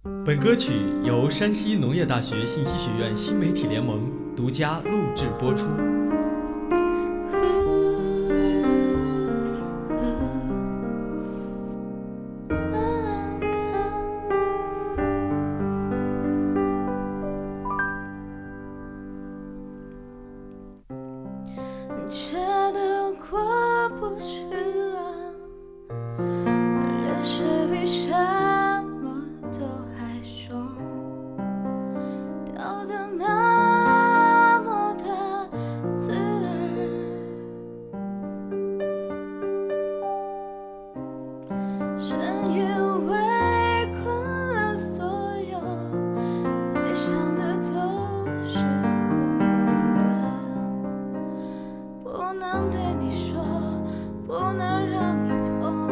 本歌曲由山西农业大学信息学院新媒体联盟独家录制播出。 觉得过不去了，泪水比什么都还重，掉的那么的刺耳，深渊围困了所有，最想的都是不能对你说，不能让你痛，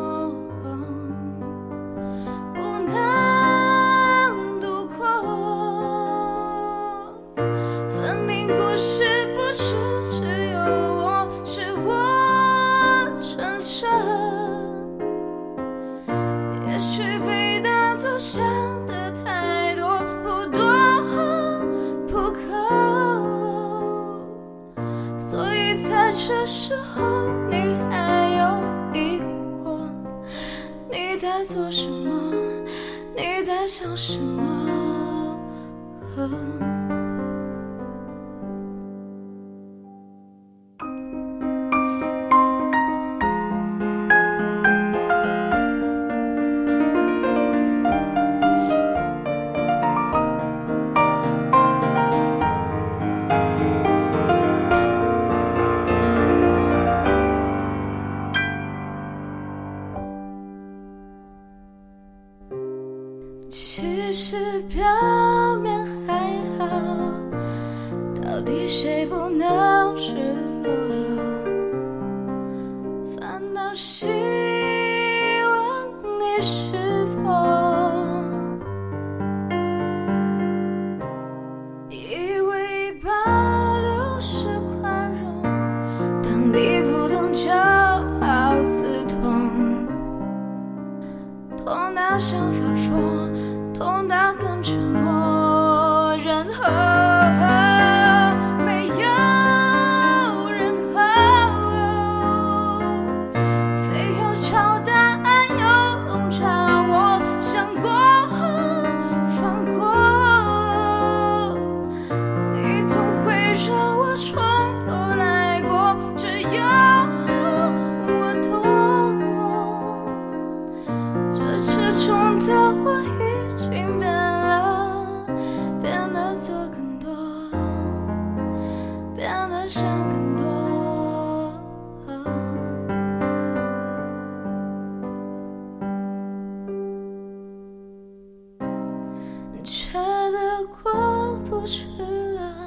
不能度过。分明故事不是只有我，是我撑着。也许被当作想的太多，不多不够，所以在这时候你还有疑惑，你在做什么？你在想什么？其实表面还好，到底谁不能赤裸裸？反倒希望你识破，以为保留是宽容，当你不懂就好刺痛，痛到想发疯，痛到更沉默，然后没有然后，非要找答案又笼罩我，想过放过，你总会让我从头来过，只有我懂，这次冲的我已经变了，变得做更多，变得想更多，觉得过不去了，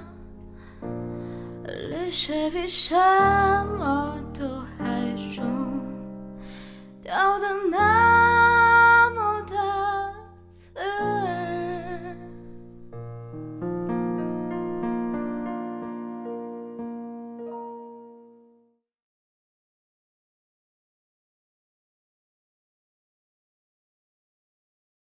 泪水比什么都还重，掉的那